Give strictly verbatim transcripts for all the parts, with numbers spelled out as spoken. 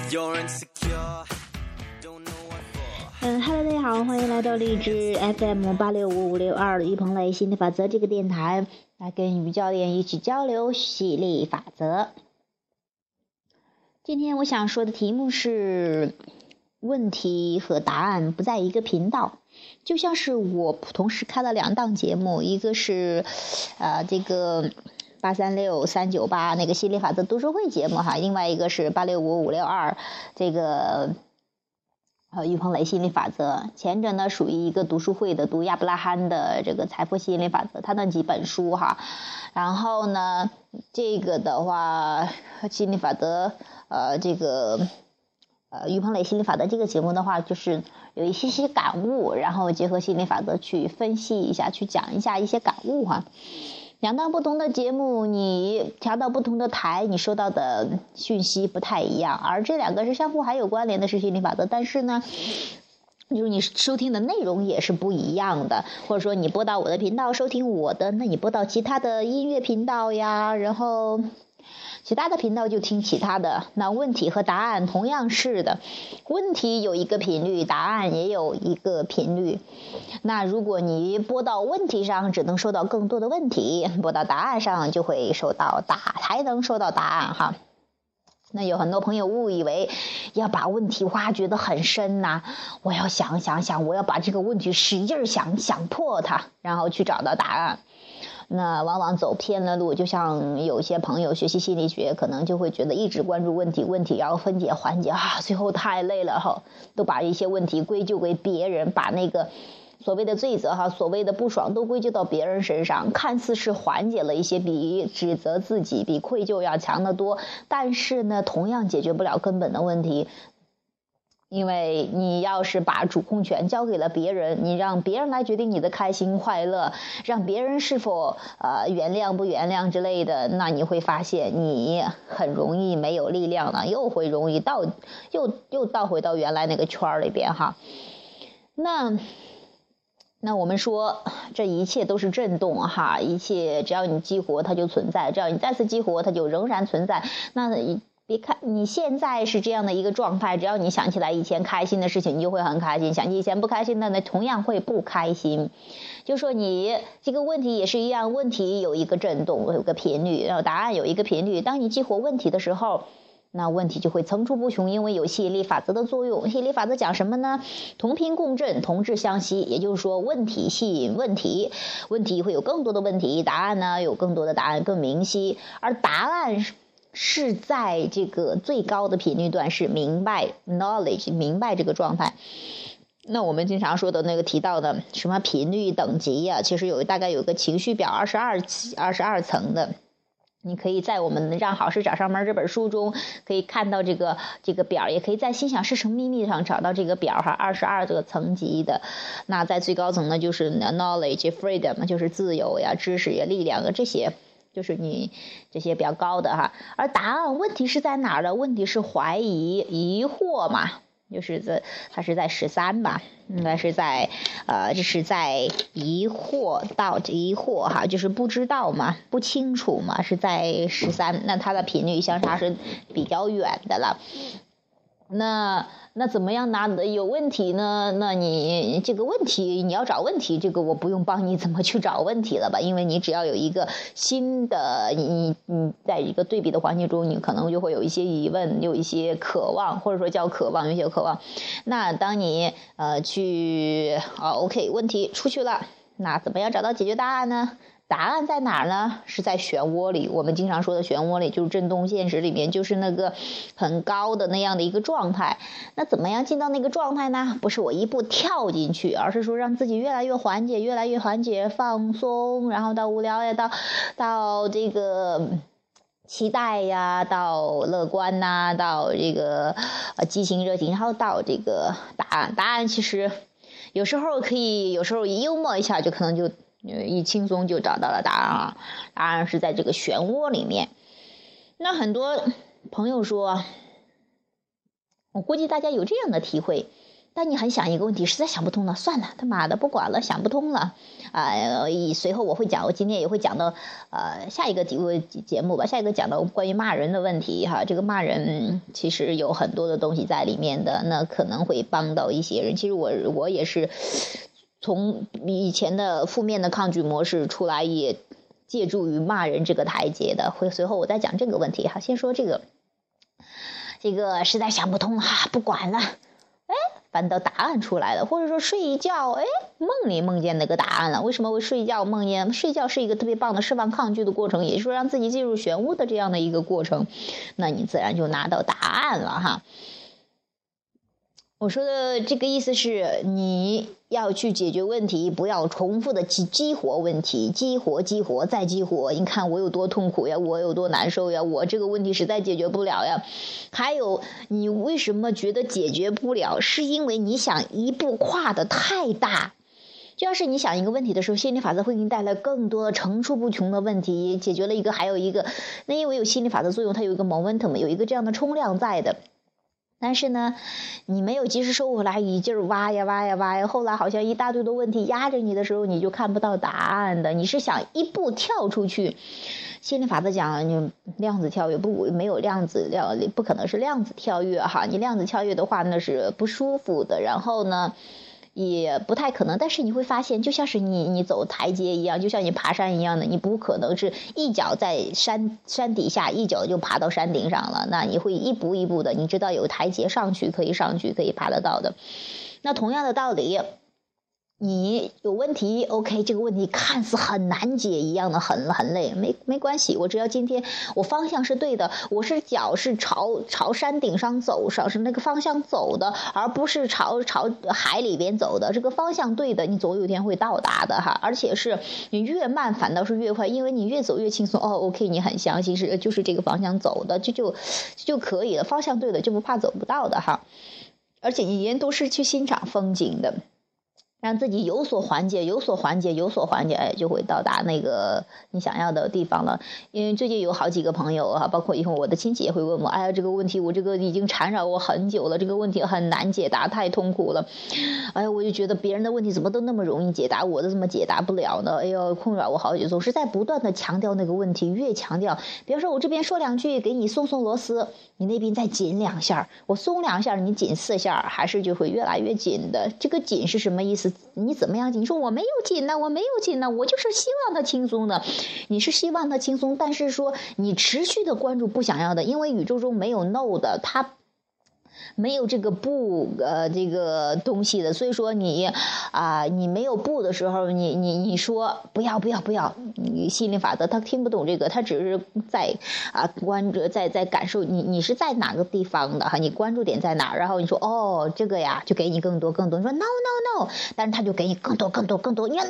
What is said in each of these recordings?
嗯哈喽，大家好，欢迎来到荔枝 F M 八六五五六二于鹏磊心理法则这个电台，来跟于教练一起交流吸引力法则。今天我想说的题目是问题和答案不在一个频道，就像是我同时开了两档节目，一个是呃这个八三六三九八那个心理法则读书会节目哈，另外一个是八六五五六二这个呃于鹏磊心理法则。前者呢属于一个读书会的，读亚伯拉罕的这个财富心理法则，他那几本书哈。然后呢这个的话心理法则呃这个呃于鹏磊心理法则这个节目的话，就是有一些些感悟，然后结合心理法则去分析一下，去讲一下一些感悟哈。两档不同的节目，你调到不同的台，你收到的讯息不太一样，而这两个是相互还有关联的，是心理法则，但是呢就是你收听的内容也是不一样的，或者说你播到我的频道收听我的，那你播到其他的音乐频道呀，然后其他的频道就听其他的。那问题和答案同样是的，问题有一个频率，答案也有一个频率。那如果你播到问题上，只能收到更多的问题，播到答案上就会收到答才能收到答案哈。那有很多朋友误以为要把问题挖掘得很深呐、啊，我要想想想，我要把这个问题使劲想想破它，然后去找到答案。那往往走偏了路，就像有些朋友学习心理学，可能就会觉得一直关注问题，问题然后分解环节啊，最后太累了哈，都把一些问题归咎给别人，把那个所谓的罪责哈，所谓的不爽都归咎到别人身上，看似是缓解了一些，比指责自己比愧疚要强得多，但是呢同样解决不了根本的问题。因为你要是把主控权交给了别人，你让别人来决定你的开心快乐，让别人是否呃原谅不原谅之类的，那你会发现你很容易没有力量了，又会容易倒又又倒回到原来那个圈里边哈。那那我们说这一切都是震动哈，一切只要你激活它就存在，只要你再次激活它就仍然存在。那别看你现在是这样的一个状态，只要你想起来以前开心的事情，你就会很开心；想起以前不开心的呢，同样会不开心。就说你这个问题也是一样，问题有一个震动，有个频率，然后答案有一个频率。当你激活问题的时候，那问题就会层出不穷，因为有吸引力法则的作用。吸引力法则讲什么呢？同频共振，同质相吸，也就是说问题吸引问题，问题会有更多的问题，答案呢有更多的答案，更明晰。而答案是在这个最高的频率段，是明白 knowledge 明白这个状态。那我们经常说的那个提到的什么频率等级呀、啊，其实有大概有个情绪表二十二二十二层的，你可以在我们让好事找上门这本书中可以看到这个这个表，也可以在心想事成秘密上找到这个表哈，二十二个层级的。那在最高层呢，就是 knowledge freedom 就是自由呀、知识呀、力量啊，这些就是你这些比较高的哈。而答案问题是在哪儿呢？问题是怀疑疑惑嘛，就是在它是在十三吧，应该是在呃这是在疑惑到疑惑哈，就是不知道嘛，不清楚嘛，是在十三，那它的频率相差是比较远的了。那那怎么样拿有问题呢？那你这个问题你要找问题，这个我不用帮你怎么去找问题了吧，因为你只要有一个新的你你在一个对比的环境中，你可能就会有一些疑问，有一些渴望，或者说叫渴望，有一些渴望。那当你呃去啊 OK 问题出去了，那怎么样找到解决答案呢？答案在哪儿呢？是在漩涡里。我们经常说的漩涡里，就是振动现实里面，就是那个很高的那样的一个状态。那怎么样进到那个状态呢？不是我一步跳进去，而是说让自己越来越缓解，越来越缓解，放松，然后到无聊呀，到到这个期待呀，到乐观呐、啊，到这个呃激情热情，然后到这个答案。答案其实有时候可以，有时候幽默一下就可能就一轻松就找到了答案啊。答案是在这个漩涡里面。那很多朋友说，我估计大家有这样的体会， 当你很想一个问题，实在想不通了，算了，他妈的不管了，想不通了啊、呃！随后我会讲，我今天也会讲到呃下一个节节目吧，下一个讲到关于骂人的问题哈。这个骂人其实有很多的东西在里面的，那可能会帮到一些人。其实我我也是从以前的负面的抗拒模式出来，也借助于骂人这个台阶的。会随后我再讲这个问题哈，先说这个这个实在想不通哈，不管了。翻到答案出来了，或者说睡一觉，哎，梦里梦见那个答案了。为什么会睡觉梦见？睡觉是一个特别棒的释放抗拒的过程，也就是说让自己进入漩涡的这样的一个过程，那你自然就拿到答案了哈。我说的这个意思是，你要去解决问题，不要重复的激激活问题，激活激活再激活。你看我有多痛苦呀，我有多难受呀，我这个问题实在解决不了呀。还有你为什么觉得解决不了，是因为你想一步跨的太大。就要是你想一个问题的时候，心理法则会给你带来更多层出不穷的问题，解决了一个还有一个，那因为有心理法则作用，它有一个 momentum， 有一个这样的冲量在的。但是呢，你没有及时收回来，一劲儿挖呀挖呀挖呀，后来好像一大堆的问题压着你的时候，你就看不到答案的。你是想一步跳出去，心理法则讲，你量子跳跃不没有量子量，不可能是量子跳跃哈。你量子跳跃的话，那是不舒服的。然后呢，也不太可能，但是你会发现，就像是你你走台阶一样，就像你爬山一样的，你不可能是一脚在山山底下，一脚就爬到山顶上了。那你会一步一步的，你知道有台阶上去，可以上去，可以爬得到的。那同样的道理，你有问题 ，OK， 这个问题看似很难解一样的，很很累，没没关系，我只要今天我方向是对的，我是脚是朝朝山顶上走上，是那个方向走的，而不是朝朝海里边走的，这个方向对的，你总有一天会到达的哈，而且是你越慢反倒是越快，因为你越走越轻松。哦 ，OK， 你很相信是就是这个方向走的，就就就可以了，方向对了就不怕走不到的哈，而且你人都是去欣赏风景的。让自己有所缓解，有所缓解，有所缓解，哎，就会到达那个你想要的地方了。因为最近有好几个朋友啊，包括以后我的亲戚也会问我，哎呀，这个问题我这个已经缠绕我很久了，这个问题很难解答，太痛苦了。哎呀，我就觉得别人的问题怎么都那么容易解答，我的怎么解答不了呢？哎呦，困扰我好久，总是在不断的强调那个问题，越强调，比方说我这边说两句给你松松螺丝，你那边再紧两下，我松两下，你紧四下，还是就会越来越紧的。这个紧是什么意思？你怎么样？你说我没有紧呢，我没有紧呢，我就是希望它轻松的。你是希望它轻松，但是说你持续的关注不想要的，因为宇宙中没有 no 的，它没有这个不呃这个东西的，所以说你啊、呃、你没有不的时候，你你你说不要不要不要，你心理法则他听不懂这个，他只是在啊、呃、关注在在感受你你是在哪个地方的哈，你关注点在哪，然后你说哦这个呀就给你更多更多，你说 no no no， 但是他就给你更多更多更多，你说 no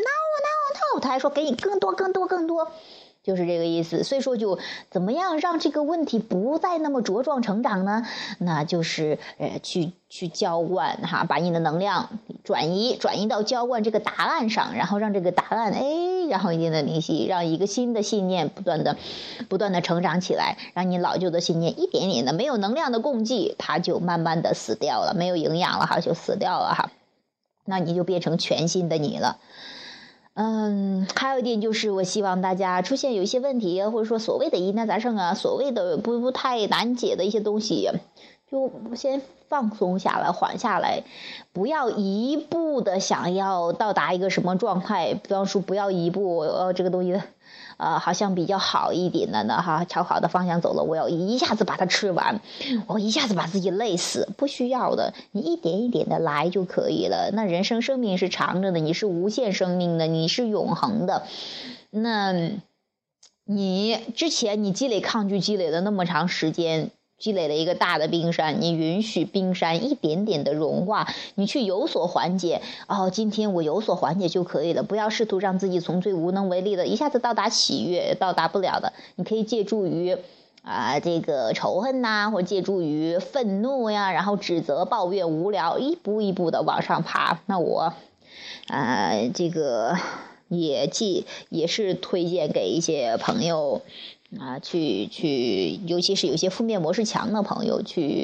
no no， 他还说给你更多更多更多。就是这个意思，所以说就怎么样让这个问题不再那么茁壮成长呢？那就是呃去去浇灌哈，把你的能量转移转移到浇灌这个答案上，然后让这个答案哎，然后一定的灵犀，让一个新的信念不断的不断的成长起来，让你老旧的信念一点点的没有能量的供给，它就慢慢的死掉了，没有营养了哈，就死掉了哈，那你就变成全新的你了。嗯，还有一点就是，我希望大家出现有一些问题，或者说所谓的疑难杂症啊，所谓的不不太难解的一些东西，就先放松下来，缓下来，不要一步的想要到达一个什么状态。比方说，不要一步，呃，这个东西，呃，好像比较好一点的呢，哈，朝好的方向走了，我要一下子把它吃完，我一下子把自己累死，不需要的，你一点一点的来就可以了。那人生生命是长着的，你是无限生命的，你是永恒的，那你之前你积累抗拒积累了那么长时间，积累了一个大的冰山，你允许冰山一点点的融化，你去有所缓解。哦，今天我有所缓解就可以了，不要试图让自己从最无能为力的一下子到达喜悦，到达不了的。你可以借助于啊、呃、这个仇恨呐，或借助于愤怒呀，然后指责、抱怨、无聊，一步一步的往上爬。那我啊、呃、这个也既也是推荐给一些朋友。啊，去去，尤其是有些负面模式强的朋友，去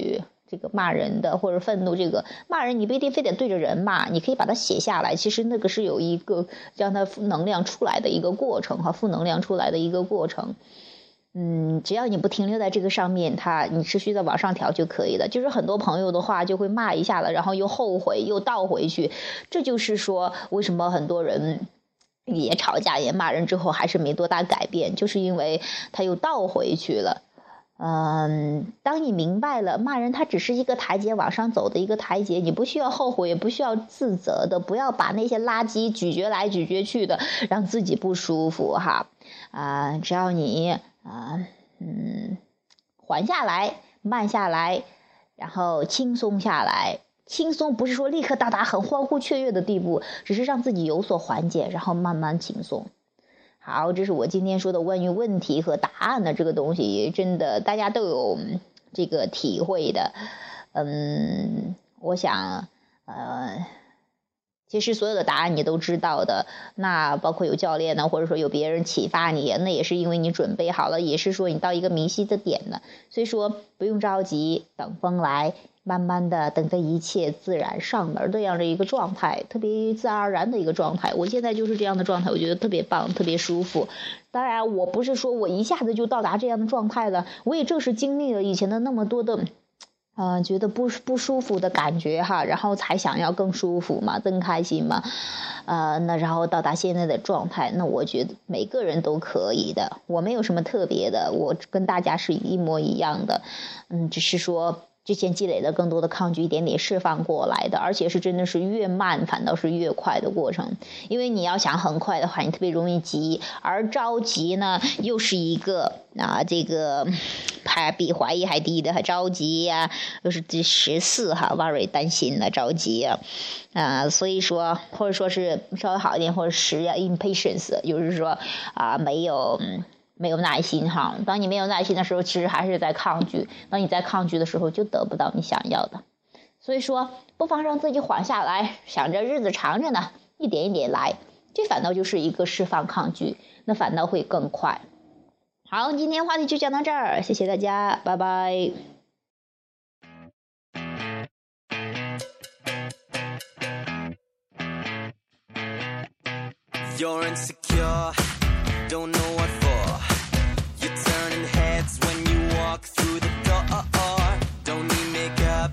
这个骂人的或者愤怒，这个骂人你不一定非得对着人骂，你可以把它写下来，其实那个是有一个让它负能量出来的一个过程和负能量出来的一个过程。嗯，只要你不停留在这个上面，它你持续的往上调就可以了。就是很多朋友的话就会骂一下了，然后又后悔又倒回去，这就是说为什么很多人也吵架也骂人之后还是没多大改变，就是因为他又倒回去了。嗯，当你明白了骂人它只是一个台阶往上走的一个台阶，你不需要后悔也不需要自责的，不要把那些垃圾咀嚼来咀嚼去的让自己不舒服哈。啊、呃，只要你啊、呃、嗯缓下来慢下来，然后轻松下来，轻松不是说立刻到达很欢呼雀跃的地步，只是让自己有所缓解，然后慢慢轻松。好，这是我今天说的关于问题和答案的这个东西，真的大家都有这个体会的。嗯，我想呃其实所有的答案你都知道的，那包括有教练呢，或者说有别人启发你，那也是因为你准备好了，也是说你到一个明晰的点了。所以说不用着急，等风来，慢慢的等着一切自然上门的这样的一个状态，特别自然而然的一个状态。我现在就是这样的状态，我觉得特别棒，特别舒服。当然我不是说我一下子就到达这样的状态了，我也正是经历了以前的那么多的呃，觉得不不舒服的感觉哈，然后才想要更舒服嘛，更开心嘛，呃，那然后到达现在的状态，那我觉得每个人都可以的，我没有什么特别的，我跟大家是一模一样的，嗯，只是说之前积累了更多的抗拒，一点点释放过来的，而且是真的是越慢反倒是越快的过程。因为你要想很快的话，你特别容易急，而着急呢又是一个啊这个还比怀疑还低的，还着急呀、啊，又是第十四哈 ，worry 担心了着急啊，啊，所以说或者说是稍微好一点，或者十呀 impatience， 就是说啊没有。嗯没有耐心哈，当你没有耐心的时候，其实还是在抗拒。当你在抗拒的时候，就得不到你想要的。所以说，不妨让自己缓下来，想着日子长着呢，一点一点来，这反倒就是一个释放抗拒，那反倒会更快。好，今天话题就讲到这儿，谢谢大家，拜拜。You're insecure, don't know what for. You're turning heads when you walk through the door. Don't need makeup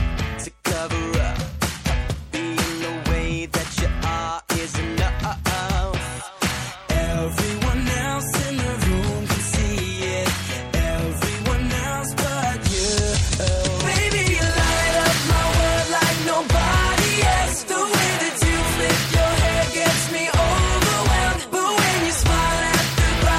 to cover up. Being the way that you are is enough. Everyone else in the room can see it. Everyone else but you. Baby, you light up my world like nobody else. The way that you flip your hair gets me overwhelmed. But when you smile at the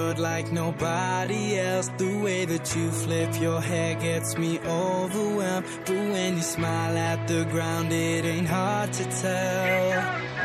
world like nobody else. The way that you flip your hair gets me overwhelmed. But when you smile at the ground, it ain't hard to tell.